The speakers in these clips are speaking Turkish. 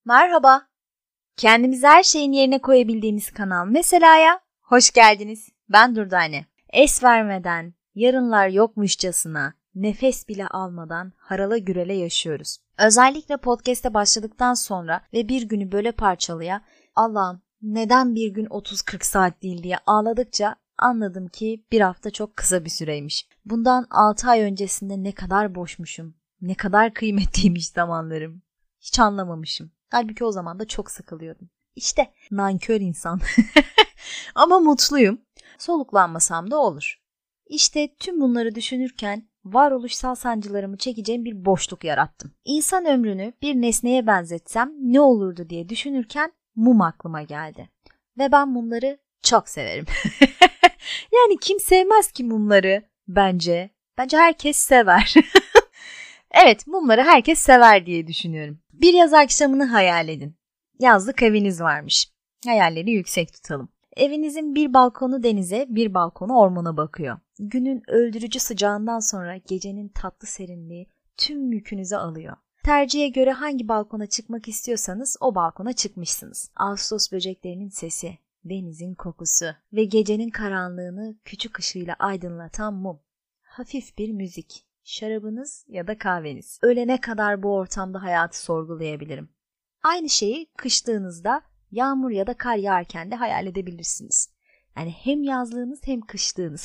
Merhaba. Kendimizi her şeyin yerine koyabildiğimiz kanal Mesela'ya hoş geldiniz. Ben Durdane. Es vermeden, yarınlar yokmuşçasına, nefes bile almadan harala gürele yaşıyoruz. Özellikle podcast'e başladıktan sonra ve bir günü böyle parçalıya Allah'ım neden bir gün 30-40 saat değil diye ağladıkça anladım ki bir hafta çok kısa bir süreymiş. Bundan 6 ay öncesinde ne kadar boşmuşum, ne kadar kıymetliymiş zamanlarım. Hiç anlamamışım. Halbuki o zaman da çok sıkılıyordum. İşte nankör insan. Ama mutluyum. Soluklanmasam da olur. İşte tüm bunları düşünürken varoluşsal sancılarımı çekeceğim bir boşluk yarattım. İnsan ömrünü bir nesneye benzetsem ne olurdu diye düşünürken mum aklıma geldi. Ve ben mumları çok severim. Yani kim sevmez ki mumları bence? Bence herkes sever. Evet, mumları herkes sever diye düşünüyorum. Bir yaz akşamını hayal edin. Yazlık eviniz varmış. Hayalleri yüksek tutalım. Evinizin bir balkonu denize, bir balkonu ormana bakıyor. Günün öldürücü sıcağından sonra gecenin tatlı serinliği tüm yükünüzü alıyor. Tercihe göre hangi balkona çıkmak istiyorsanız o balkona çıkmışsınız. Ağustos böceklerinin sesi, denizin kokusu ve gecenin karanlığını küçük ışığıyla aydınlatan mum. Hafif bir müzik. Şarabınız ya da kahveniz. Ölene kadar bu ortamda hayatı sorgulayabilirim. Aynı şeyi kışlığınızda yağmur ya da kar yağarken de hayal edebilirsiniz. Yani hem yazlığınız hem kışlığınız.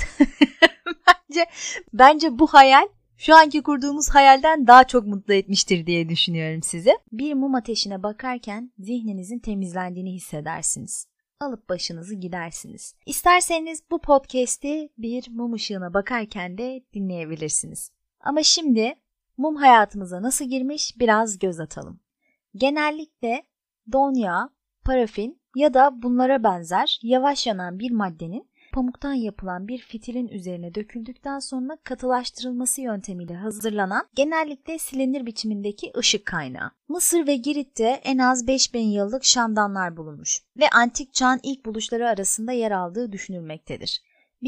Bence bu hayal şu anki kurduğumuz hayalden daha çok mutlu etmiştir diye düşünüyorum sizi. Bir mum ateşine bakarken zihninizin temizlendiğini hissedersiniz. Alıp başınızı gidersiniz. İsterseniz bu podcast'i bir mum ışığına bakarken de dinleyebilirsiniz. Ama şimdi mum hayatımıza nasıl girmiş biraz göz atalım. Genellikle don yağı, parafin ya da bunlara benzer yavaş yanan bir maddenin pamuktan yapılan bir fitilin üzerine döküldükten sonra katılaştırılması yöntemiyle hazırlanan genellikle silindir biçimindeki ışık kaynağı. Mısır ve Girit'te en az 5000 yıllık şamdanlar bulunmuş ve antik çağın ilk buluşları arasında yer aldığı düşünülmektedir.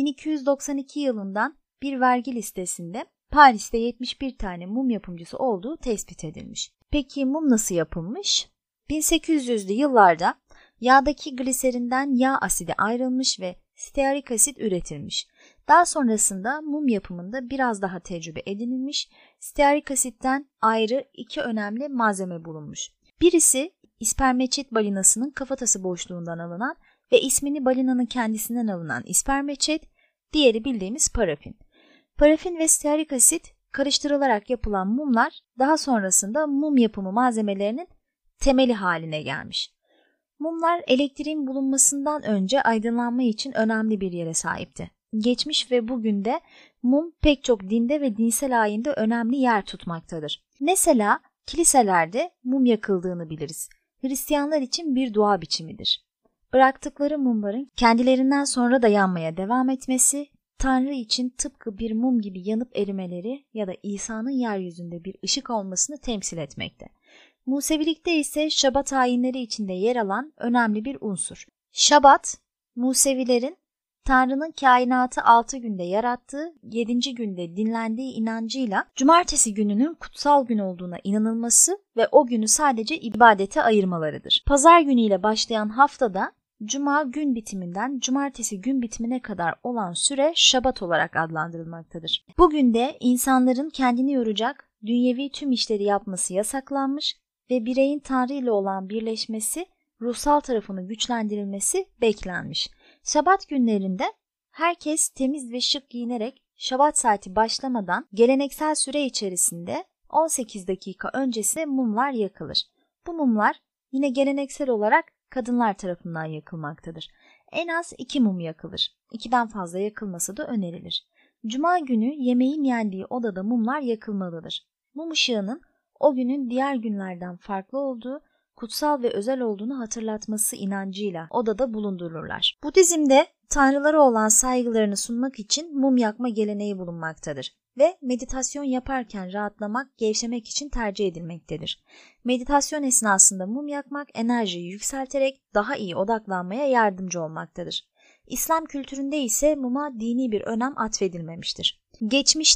1292 yılından bir vergi listesinde Paris'te 71 tane mum yapımcısı olduğu tespit edilmiş. Peki mum nasıl yapılmış? 1800'lü yıllarda yağdaki gliserinden yağ asidi ayrılmış ve stearik asit üretilmiş. Daha sonrasında mum yapımında biraz daha tecrübe edinilmiş, stearik asitten ayrı iki önemli malzeme bulunmuş. Birisi ispermeçet balinasının kafatası boşluğundan alınan ve ismini balinanın kendisinden alınan ispermeçet, diğeri bildiğimiz parafin. Parafin ve stearik asit karıştırılarak yapılan mumlar daha sonrasında mum yapımı malzemelerinin temeli haline gelmiş. Mumlar elektriğin bulunmasından önce aydınlanma için önemli bir yere sahipti. Geçmiş ve bugün de mum pek çok dinde ve dinsel ayinde önemli yer tutmaktadır. Mesela kiliselerde mum yakıldığını biliriz. Hristiyanlar için bir dua biçimidir. Bıraktıkları mumların kendilerinden sonra da yanmaya devam etmesi, Tanrı için tıpkı bir mum gibi yanıp erimeleri ya da İsa'nın yeryüzünde bir ışık olmasını temsil etmekte. Musevilikte ise Şabat ayinleri içinde yer alan önemli bir unsur. Şabat, Musevilerin Tanrı'nın kainatı 6 günde yarattığı, 7. günde dinlendiği inancıyla cumartesi gününün kutsal gün olduğuna inanılması ve o günü sadece ibadete ayırmalarıdır. Pazar günüyle başlayan haftada Cuma gün bitiminden cumartesi gün bitimine kadar olan süre Şabat olarak adlandırılmaktadır. Bugün de insanların kendini yoracak dünyevi tüm işleri yapması yasaklanmış ve bireyin Tanrı ile olan birleşmesi, ruhsal tarafının güçlendirilmesi beklenmiş. Şabat günlerinde herkes temiz ve şık giyinerek Şabat saati başlamadan geleneksel süre içerisinde 18 dakika öncesinde mumlar yakılır. Bu mumlar yine geleneksel olarak kadınlar tarafından yakılmaktadır. En az 2 mum yakılır. 2'den fazla yakılması da önerilir. Cuma günü yemeğin yendiği odada mumlar yakılmalıdır. Mum ışığının o günün diğer günlerden farklı olduğu, kutsal ve özel olduğunu hatırlatması inancıyla odada bulundururlar. Budizm'de tanrılara olan saygılarını sunmak için mum yakma geleneği bulunmaktadır ve meditasyon yaparken rahatlamak, gevşemek için tercih edilmektedir. Meditasyon esnasında mum yakmak enerjiyi yükselterek daha iyi odaklanmaya yardımcı olmaktadır. İslam kültüründe ise muma dini bir önem atfedilmemiştir. Geçmişte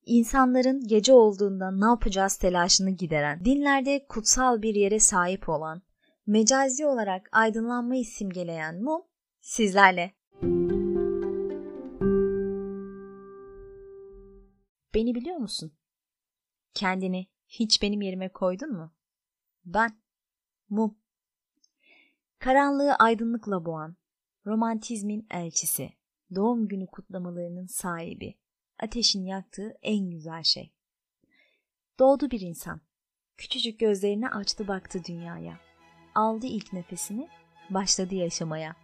İnsanların gece olduğunda ne yapacağız telaşını gideren, dinlerde kutsal bir yere sahip olan, mecazi olarak aydınlanmayı simgeleyen mum sizlerle. Beni biliyor musun? Kendini hiç benim yerime koydun mu? Ben, mum. Karanlığı aydınlıkla boğan, romantizmin elçisi, doğum günü kutlamalarının sahibi, ateşin yaktığı en güzel şey. Doğdu bir insan. Küçücük gözlerini açtı baktı dünyaya. Aldı ilk nefesini, başladı yaşamaya.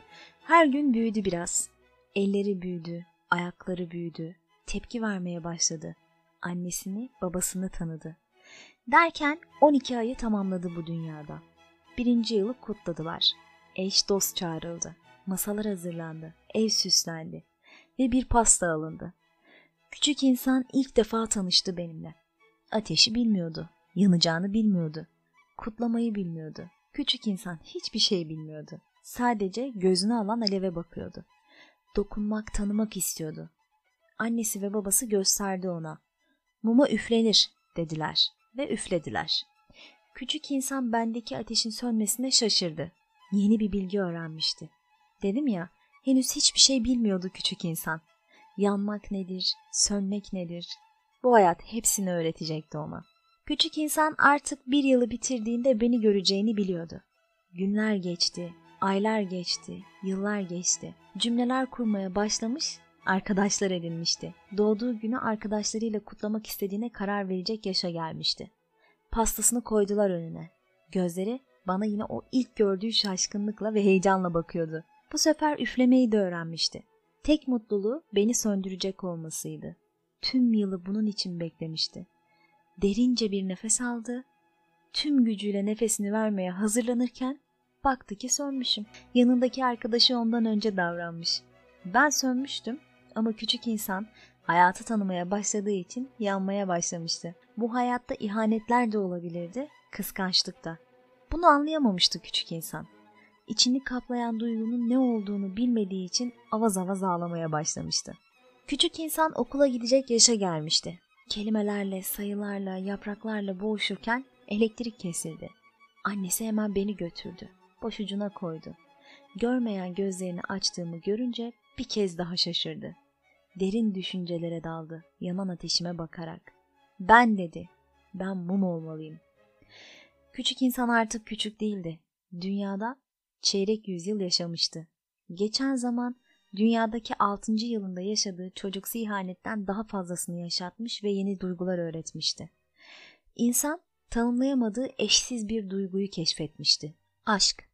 Her gün büyüdü biraz. Elleri büyüdü, ayakları büyüdü. Tepki vermeye başladı. Annesini, babasını tanıdı. Derken 12 ayı tamamladı bu dünyada. 1. yılı kutladılar. Eş dost çağrıldı. Masalar hazırlandı. Ev süslendi. Ve bir pasta alındı. Küçük insan ilk defa tanıştı benimle. Ateşi bilmiyordu. Yanacağını bilmiyordu. Kutlamayı bilmiyordu. Küçük insan hiçbir şey bilmiyordu. Sadece gözünü alan aleve bakıyordu. Dokunmak, tanımak istiyordu. Annesi ve babası gösterdi ona. Muma üflenir dediler ve üflediler. Küçük insan bendeki ateşin sönmesine şaşırdı. Yeni bir bilgi öğrenmişti. Dedim ya, henüz hiçbir şey bilmiyordu küçük insan. Yanmak nedir, sönmek nedir? Bu hayat hepsini öğretecekti ona. Küçük insan artık 1 yılı bitirdiğinde beni göreceğini biliyordu. Günler geçti, aylar geçti, yıllar geçti. Cümleler kurmaya başlamış, arkadaşlar edinmişti. Doğduğu günü arkadaşlarıyla kutlamak istediğine karar verecek yaşa gelmişti. Pastasını koydular önüne. Gözleri bana yine o ilk gördüğü şaşkınlıkla ve heyecanla bakıyordu. Bu sefer üflemeyi de öğrenmişti. Tek mutluluğu beni söndürecek olmasıydı. Tüm yılı bunun için beklemişti. Derince bir nefes aldı. Tüm gücüyle nefesini vermeye hazırlanırken baktı ki sönmüşüm. Yanındaki arkadaşı ondan önce davranmış. Ben sönmüştüm ama küçük insan hayatı tanımaya başladığı için yanmaya başlamıştı. Bu hayatta ihanetler de olabilirdi, kıskançlık da. Bunu anlayamamıştı küçük insan. İçini kaplayan duygunun ne olduğunu bilmediği için avaz avaz ağlamaya başlamıştı. Küçük insan okula gidecek yaşa gelmişti. Kelimelerle, sayılarla, yapraklarla boğuşurken elektrik kesildi. Annesi hemen beni götürdü. Başucuna koydu. Görmeyen gözlerini açtığımı görünce bir kez daha şaşırdı. Derin düşüncelere daldı, yanan ateşime bakarak. Ben dedi, ben mum olmalıyım. Küçük insan artık küçük değildi. Dünyada çeyrek yüzyıl yaşamıştı. Geçen zaman dünyadaki 6. yılında yaşadığı çocuksu ihanetten daha fazlasını yaşatmış ve yeni duygular öğretmişti. İnsan tanımlayamadığı eşsiz bir duyguyu keşfetmişti. Aşk.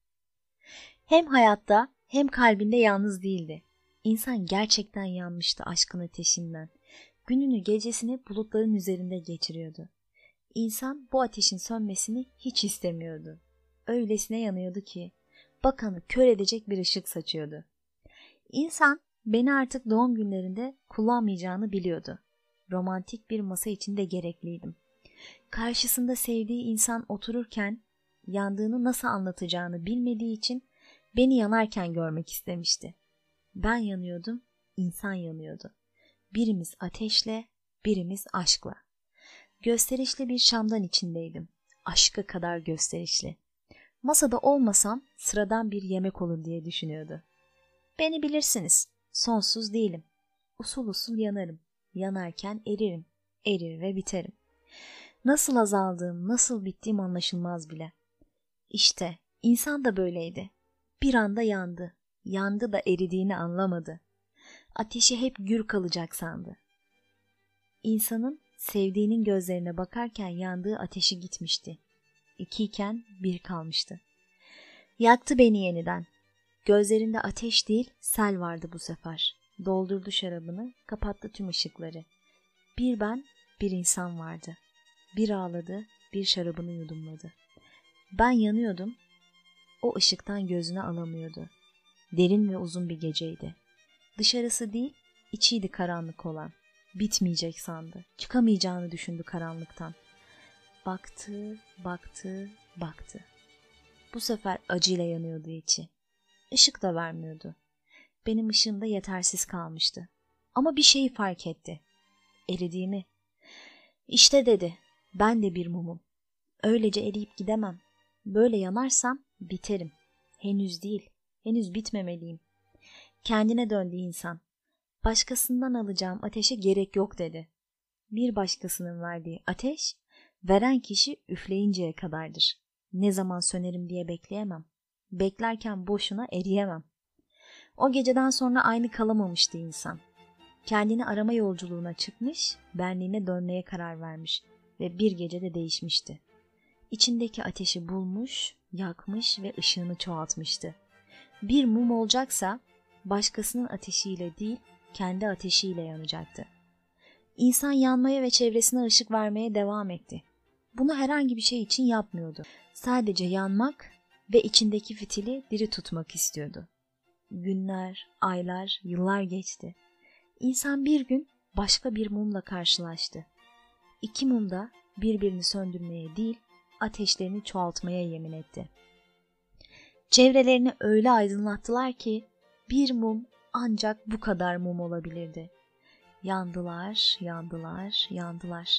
Hem hayatta hem kalbinde yalnız değildi. İnsan gerçekten yanmıştı aşkın ateşinden. Gününü gecesini bulutların üzerinde geçiriyordu. İnsan bu ateşin sönmesini hiç istemiyordu. Öylesine yanıyordu ki bakanı kör edecek bir ışık saçıyordu. İnsan beni artık doğum günlerinde kullanmayacağını biliyordu. Romantik bir masa içinde gerekliydim. Karşısında sevdiği insan otururken yandığını nasıl anlatacağını bilmediği için beni yanarken görmek istemişti. Ben yanıyordum, insan yanıyordu. Birimiz ateşle, birimiz aşkla. Gösterişli bir şamdan içindeydim. Aşka kadar gösterişli. Masada olmasam sıradan bir yemek olur diye düşünüyordu. Beni bilirsiniz, sonsuz değilim. Usul usul yanarım. Yanarken eririm, erir ve biterim. Nasıl azaldığım, nasıl bittiğim anlaşılmaz bile. İşte insan da böyleydi. Bir anda yandı. Yandı da eridiğini anlamadı. Ateşi hep gür kalacak sandı. İnsanın sevdiğinin gözlerine bakarken yandığı ateşi gitmişti. 2 iken 1 kalmıştı. Yaktı beni yeniden. Gözlerinde ateş değil, sel vardı bu sefer. Doldurdu şarabını, kapattı tüm ışıkları. Bir ben, bir insan vardı. Bir ağladı, bir şarabını yudumladı. Ben yanıyordum, o ışıktan gözünü alamıyordu. Derin ve uzun bir geceydi. Dışarısı değil, içiydi karanlık olan. Bitmeyecek sandı. Çıkamayacağını düşündü karanlıktan. Baktı, baktı, baktı. Bu sefer acıyla yanıyordu içi. Işık da vermiyordu. Benim ışığım da yetersiz kalmıştı. Ama bir şeyi fark etti. eridiğimi. İşte dedi, ben de bir mumum. Öylece eriyip gidemem. Böyle yanarsam biterim. Henüz değil, henüz bitmemeliyim. Kendine döndü insan. Başkasından alacağım ateşe gerek yok dedi. Bir başkasının verdiği ateş, veren kişi üfleyinceye kadardır. Ne zaman sönerim diye bekleyemem. Beklerken boşuna eriyemem. O geceden sonra aynı kalamamıştı insan. Kendini arama yolculuğuna çıkmış, benliğine dönmeye karar vermiş ve bir gecede değişmişti. İçindeki ateşi bulmuş, yakmış ve ışığını çoğaltmıştı. Bir mum olacaksa başkasının ateşiyle değil, kendi ateşiyle yanacaktı. İnsan yanmaya ve çevresine ışık vermeye devam etti. Bunu herhangi bir şey için yapmıyordu. Sadece yanmak ve içindeki fitili diri tutmak istiyordu. Günler, aylar, yıllar geçti. İnsan bir gün başka bir mumla karşılaştı. İki mum da birbirini söndürmeye değil, ateşlerini çoğaltmaya yemin etti. Çevrelerini öyle aydınlattılar ki bir mum ancak bu kadar mum olabilirdi. Yandılar, yandılar, yandılar.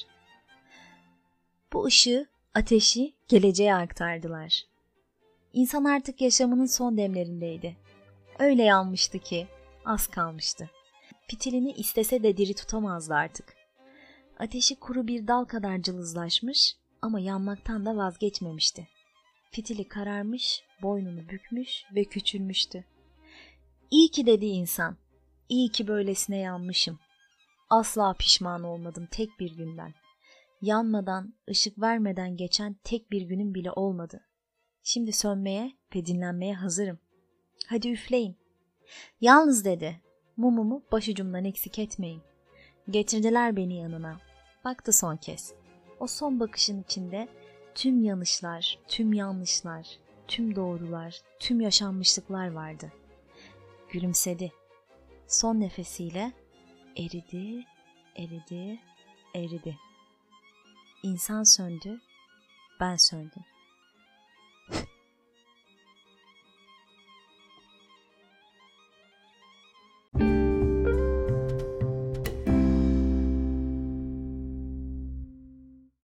Bu ışığı, ateşi geleceğe aktardılar. İnsan artık yaşamının son demlerindeydi. Öyle yanmıştı ki az kalmıştı. Fitilini istese de diri tutamazdı artık. Ateşi kuru bir dal kadar cılızlaşmış ama yanmaktan da vazgeçmemişti. Fitili kararmış, boynunu bükmüş ve küçülmüştü. İyi ki dedi insan, iyi ki böylesine yanmışım. Asla pişman olmadım tek bir günden. Yanmadan, ışık vermeden geçen tek bir günüm bile olmadı. Şimdi sönmeye ve dinlenmeye hazırım. Hadi üfleyin. Yalnız dedi, mumumu başucumdan eksik etmeyin. Getirdiler beni yanına. Baktı son kez. O son bakışın içinde tüm yanlışlar, tüm yanlışlar, tüm doğrular, tüm yaşanmışlıklar vardı. Gülümsedi. Son nefesiyle eridi, eridi, eridi. İnsan söndü, ben söndüm.